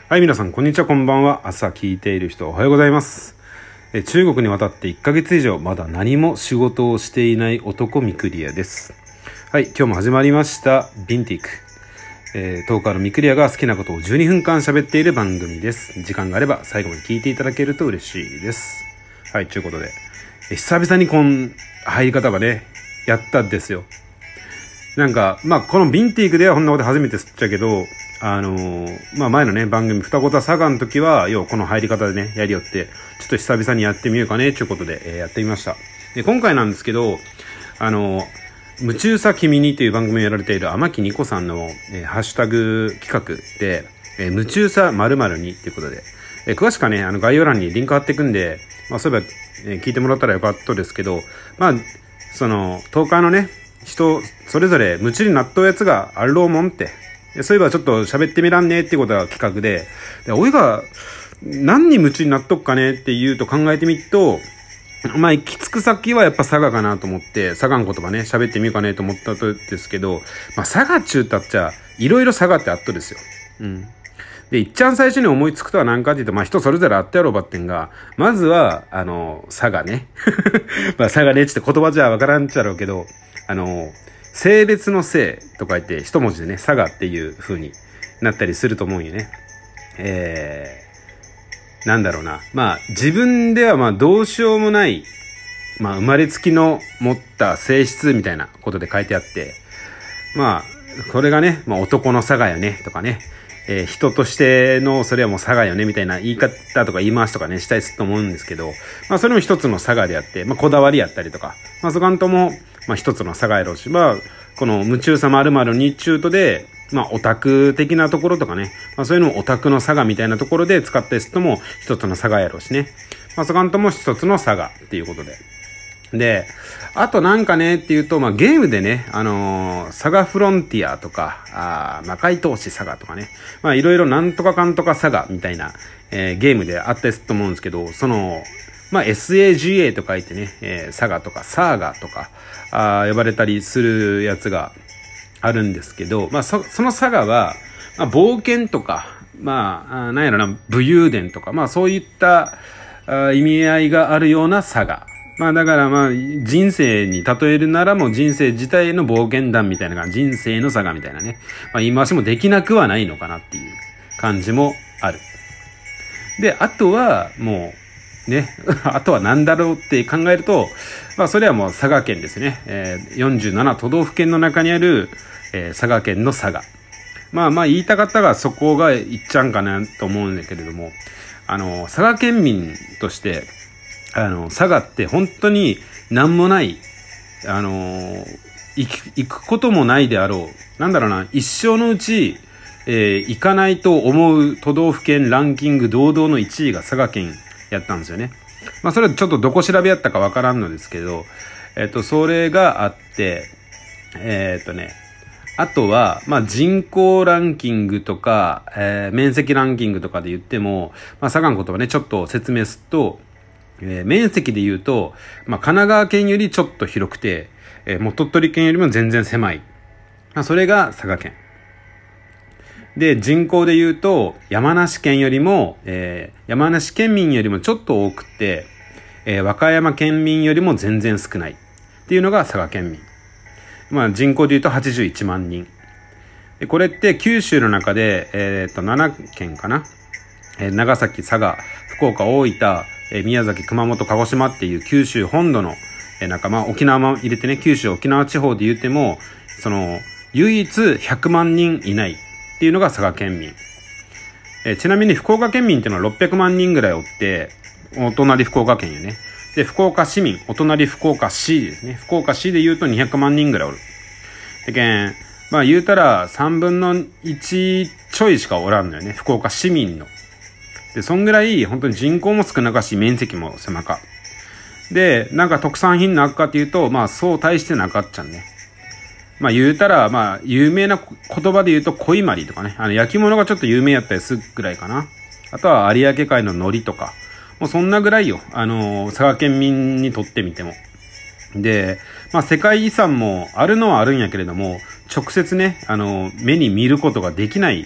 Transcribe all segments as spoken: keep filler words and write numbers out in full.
はい、皆さん、こんにちは、こんばんは。朝聞いている人、おはようございます。え中国に渡っていっかげつ以上、まだ何も仕事をしていない男、ミクリアです。はい、今日も始まりました、ビンティーク。えー、トーカーのミクリアが好きなことをじゅうにふんかん喋っている番組です。時間があれば最後まで聞いていただけると嬉しいです。はい、ということで、え久々にこん入り方がね、やったんですよ。なんか、まあ、このビンティークではこんなこと初めて知ったけど、あのー、まあ、前のね、番組、二言佐賀の時は、要はこの入り方でね、やりよって、ちょっと久々にやってみようかね、ということで、えー、やってみました。で、今回なんですけど、あのー、夢中さ君にという番組をやられている天木ニコさんの、えー、ハッシュタグ企画で、えー、夢中さ〇〇にということで、えー、詳しくはね、あの概要欄にリンク貼っていくんで、まあ、そういえば、えー、聞いてもらったらよかったですけど、まあ、その、トーカーのね、人、それぞれ夢中になっとうやつがあるろうもんって、そういえばちょっと喋ってみらんねっていうことが企画で、でおいが何に夢中になっとくかねっていうと考えてみると、まあ行き着く先はやっぱ佐賀かなと思って、佐賀の言葉ね、喋ってみようかねと思ったとですけど、まあ佐賀中ったっちゃ、いろいろ佐賀ってあっとですよ。うん。で、いっちゃん最初に思いつくとは何かっていうと、まあ人それぞれあったやろうばってんが、まずは、あの、佐賀ね。まあ佐賀ねって言って言葉じゃわからんっちゃろうけど、あの、性別の性とか言って一文字でね、佐賀っていう風になったりすると思うんよね。えー、なんだろうな。まあ自分ではまあどうしようもない、まあ生まれつきの持った性質みたいなことで書いてあって、まあこれがね、まあ男の佐賀よねとかね、えー、人としてのそれはもう佐賀よねみたいな言い方とか言い回しとかねしたりすると思うんですけど、まあそれも一つの佐賀であって、まあこだわりやったりとか、まあそこんともまあ一つの佐賀やろうし、まあこの夢中さ〇〇日中とで、まあオタク的なところとかね、まあそういうのをオタクの佐賀みたいなところで使ったりするとも一つの佐賀やろうしね、まあそこんとも一つの佐賀っていうことで。で、あとなんかねっていうと、まあゲームでね、あのー、サガフロンティアとか、あ魔界闘士サガとかね、まあいろいろなんとかかんとかサガみたいな、えー、ゲームであったりすると思うんですけど、その、まあ エスエージーエー と書いてね、えー、サガとかサーガとか、あ呼ばれたりするやつがあるんですけど、まあそ、そのサガは、まあ冒険とか、まあ、あなんやろな、武勇伝とか、まあそういったあ意味合いがあるようなサガ。まあだからまあ人生に例えるならもう人生自体の冒険談みたいな感じ、人生のサガみたいなね。まあ言い回しもできなくはないのかなっていう感じもある。で、あとはもうね、あとは何だろうって考えると、まあそれはもう佐賀県ですね。えー、よんじゅうなな都道府県の中にある、えー、佐賀県の佐賀。まあまあ言いたかったがそこがいっちゃんかなと思うんだけれども、あの、佐賀県民として、あの、佐賀って本当に何もない、あのー、行く、行くこともないであろう。なんだろうな、一生のうち、えー、行かないと思う都道府県ランキング堂々のいちいが佐賀県やったんですよね。まあそれはちょっとどこ調べやったかわからんのですけど、えっと、それがあって、えー、っとね、あとは、まあ人口ランキングとか、えー、面積ランキングとかで言っても、まあ佐賀のことをね、ちょっと説明すると、えー、面積で言うと、まあ、神奈川県よりちょっと広くて、えー、もう鳥取県よりも全然狭い。まあ、それが佐賀県。で、人口で言うと、山梨県よりも、えー、山梨県民よりもちょっと多くて、えー、和歌山県民よりも全然少ない。っていうのが佐賀県民。まあ、人口で言うとはちじゅういちまんにん。で、これって九州の中で、えー、っと、ななけんかな。えー、長崎、佐賀、福岡、大分、えー、宮崎、熊本、鹿児島っていう九州本土の、えー、なんかまあ沖縄も入れてね、九州、沖縄地方で言っても、その、唯一ひゃくまんにんいないっていうのが佐賀県民。えー、ちなみに福岡県民っていうのはろっぴゃくまんにんぐらいおって、お隣福岡県よね。で、福岡市民、お隣福岡市ですね。福岡市で言うとにひゃくまんにんぐらいおる。でけん、まあ言うたらさんぶんのいちちょいしかおらんのよね。福岡市民の。で、そんぐらい本当に人口も少なかし、面積も狭か。で、なんか特産品なかっていうと、まあそう大してなかっちゃんね。まあ言うたら、まあ有名な言葉で言うと恋まりとかね。あの焼き物がちょっと有名やったりするぐらいかな。あとは有明海の海苔とか。もうそんなぐらいよ。あのー、佐賀県民にとってみても。で、まあ世界遺産もあるのはあるんやけれども、直接ね、あのー、目に見ることができない、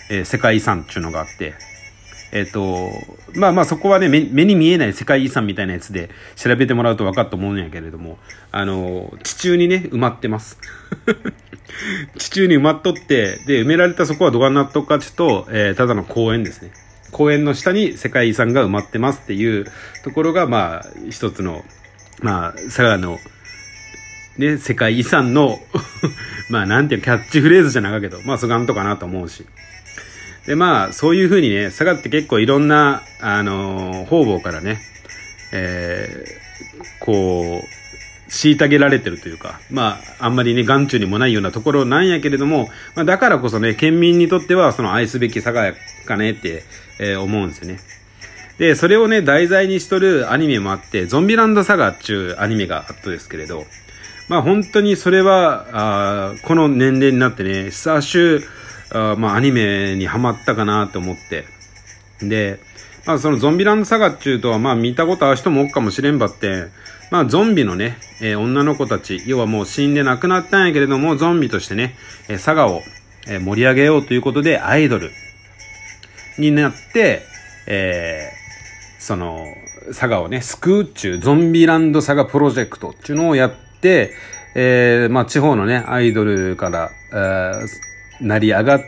えー、世界遺産っていうのがあって、えっと、まあまあそこはね、目、目に見えない世界遺産みたいなやつで調べてもらうと分かると思うんやけれども、あの、地中にね、埋まってます。地中に埋まっとって、で、埋められたそこはどこになっとくかちょっと、えー、ただの公園ですね。公園の下に世界遺産が埋まってますっていうところが、まあ、一つの、まあ、佐賀の、ね、世界遺産の、まあ、なんていうキャッチフレーズじゃなかけど、まあ、そがんとかなと思うし。で、まあ、そういうふうにね、佐賀って結構いろんな、あのー、方々からね、えー、こう、虐げられてるというか、まあ、あんまりね、眼中にもないようなところなんやけれども、まあ、だからこそね、県民にとっては、その愛すべき佐賀やかねって、えー、思うんですよね。で、それをね、題材にしとるアニメもあって、ゾンビランドサガっていうアニメがあったですけれど、まあ本当にそれは、あこの年齢になってね、久しゅう、まあアニメにハマったかなと思って。で、まあそのゾンビランドサガっていうとは、まあ見たことある人も多くかもしれんばって、まあゾンビのね、えー、女の子たち、要はもう死んで亡くなったんやけれども、ゾンビとしてね、えー、サガを、えー、盛り上げようということで、アイドルになって、えー、その、サガをね、救うっちゅう、ゾンビランドサガプロジェクトっていうのをやって、えー、まあ地方のね、アイドルから、えー、成り上がって、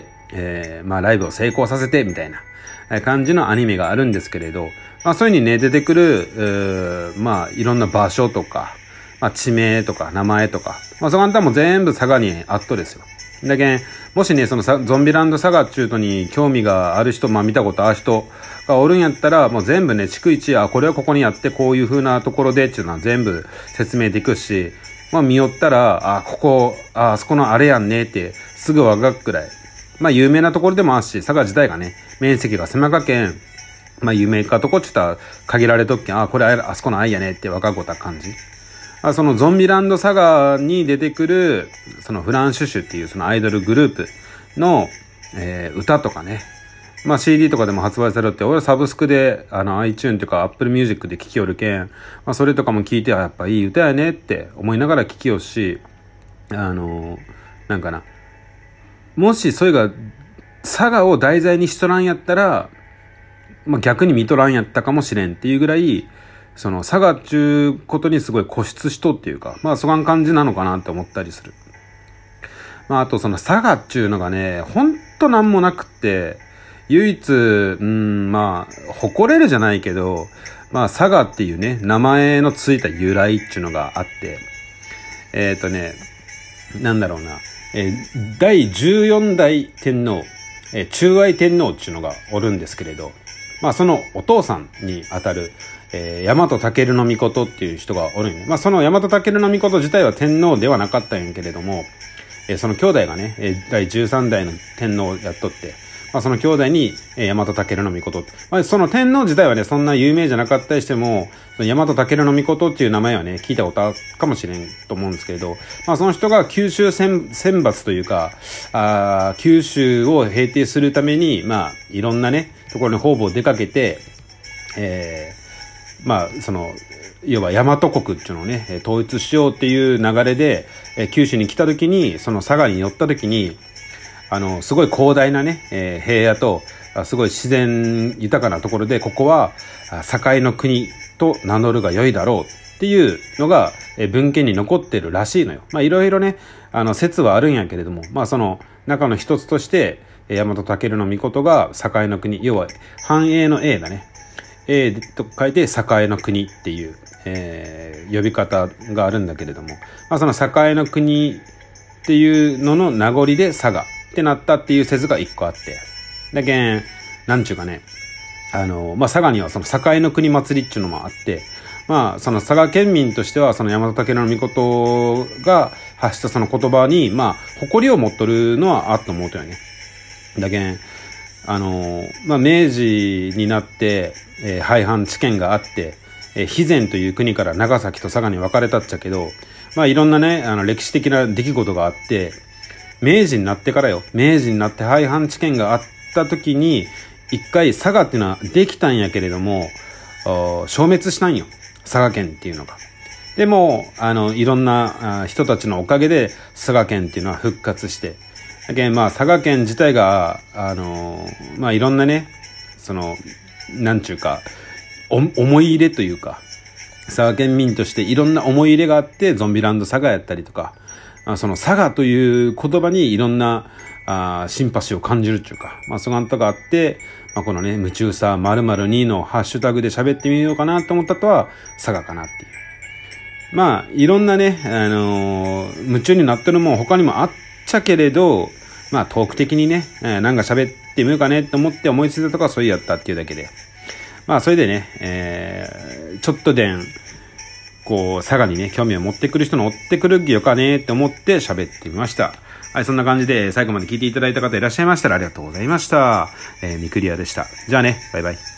えー、まあライブを成功させて、みたいな感じのアニメがあるんですけれど、まあそういう風にね、出てくる、えー、まあいろんな場所とか、まあ地名とか名前とか、まあそこあんたも全部サガにあっとですよ。だけん、もしね、そのゾンビランドサガっちゅうとに興味がある人、まあ見たことある人がおるんやったら、もう全部ね、逐一、あ、これはここにあって、こういう風なところでっていうのは全部説明できるし、まあ見よったら、あ、ここ、あ、あそこのあれやんねって、すぐわかるくらい。まあ有名なところでもあるし、佐賀自体がね、面積が狭かけん、まあ有名かとこっちゅったら限られとっけん、あ、これあそこの愛やねってわかることは感じ。あ、そのゾンビランドサガに出てくる、そのフランシュシュっていうそのアイドルグループの、えー、歌とかね、まあ シーディー とかでも発売されて、俺はサブスクで、あの iTunes とか Apple Music で聴きよるけん、まあそれとかも聞いて、あ、やっぱいい歌やねって思いながら聴きよし、あのー、なんかな、もしそれが、サガを題材にしとらんやったら、まあ逆に見とらんやったかもしれんっていうぐらい、そのサガっちゅうことにすごい固執しとっていうか、まあそがん感じなのかなって思ったりする。まああとそのサガっちゅうのがね、ほんとなんもなくって、唯一、うん、まあ、誇れるじゃないけど、まあサガっていうね、名前のついた由来っちゅうのがあって、えっとね、なんだろうな、えー、だいじゅうよんだい天皇、えー、中愛天皇っちゅうのがおるんですけれど、まあそのお父さんにあたる、えー、大和武の命っていう人がおるんで、まあその大和武の命自体は天皇ではなかったんやけれども、えー、その兄弟がね、えー、だいじゅうさんだいの天皇をやっとって、まあその兄弟に、えー、大和武の命、まあその天皇自体はね、そんな有名じゃなかったりしても、大和武の命っていう名前はね、聞いたことあるかもしれんと思うんですけれど、まあその人が九州選抜というか、あ九州を平定するために、まあいろんなね、ところに方々出かけて、えー、まあその、要は大和国っていうのをね、統一しようっていう流れで、えー、九州に来た時に、その佐賀に寄った時に、あの、すごい広大なね、えー、平野と、すごい自然豊かなところで、ここは、栄の国と名乗るが良いだろうっていうのが、えー、文献に残ってるらしいのよ。まあ、いろいろね、あの、説はあるんやけれども、まあ、その中の一つとして、大和武の命が栄の国、要は、繁栄の栄だね。栄と書いて栄の国っていう、えー、呼び方があるんだけれども、まあ、その栄の国っていうのの名残で佐賀ってなったっていう説が一個あって。だけん、なんちゅうかね、あの、まあ、佐賀にはその栄の国祭りっていうのもあって、まあ、その佐賀県民としては、その大和武の命が発したその言葉に、まあ、誇りを持っとるのはあっと思うとよね。だけん、あの、まあ、明治になって、えー、廃藩置県があって、えー、肥前という国から長崎と佐賀に分かれたっちゃけど、まあ、いろんなね、あの、歴史的な出来事があって、明治になってからよ、明治になって廃藩置県があった時に、一回佐賀っていうのはできたんやけれども、消滅したんよ。佐賀県っていうのが。でも、あの、いろんな人たちのおかげで佐賀県っていうのは復活して、 だけどまあ佐賀県自体が、あのー、まあいろんなね、その、なんちゅうか、お思い入れというか、佐賀県民としていろんな思い入れがあって、ゾンビランド佐賀やったりとか、その佐賀という言葉にいろんなあシンパシーを感じるっていうか、まあそういうことがあって、まあ、このね、夢中さ 〇〇に のハッシュタグで喋ってみようかなと思ったとは、佐賀かなっていう。まあ、いろんなね、あのー、夢中になってるもん他にもあっちゃけれど、まあ、トーク的にね、えー、なんか喋ってみようかねって思って思いついたとかそういうやったっていうだけで。まあ、それでね、えー、ちょっとでん、こう、佐賀にね、興味を持ってくる人の追ってくるぎよかねって思って喋ってみました。はい、そんな感じで最後まで聞いていただいた方いらっしゃいましたらありがとうございました。えー、ミクリアでした。じゃあね、バイバイ。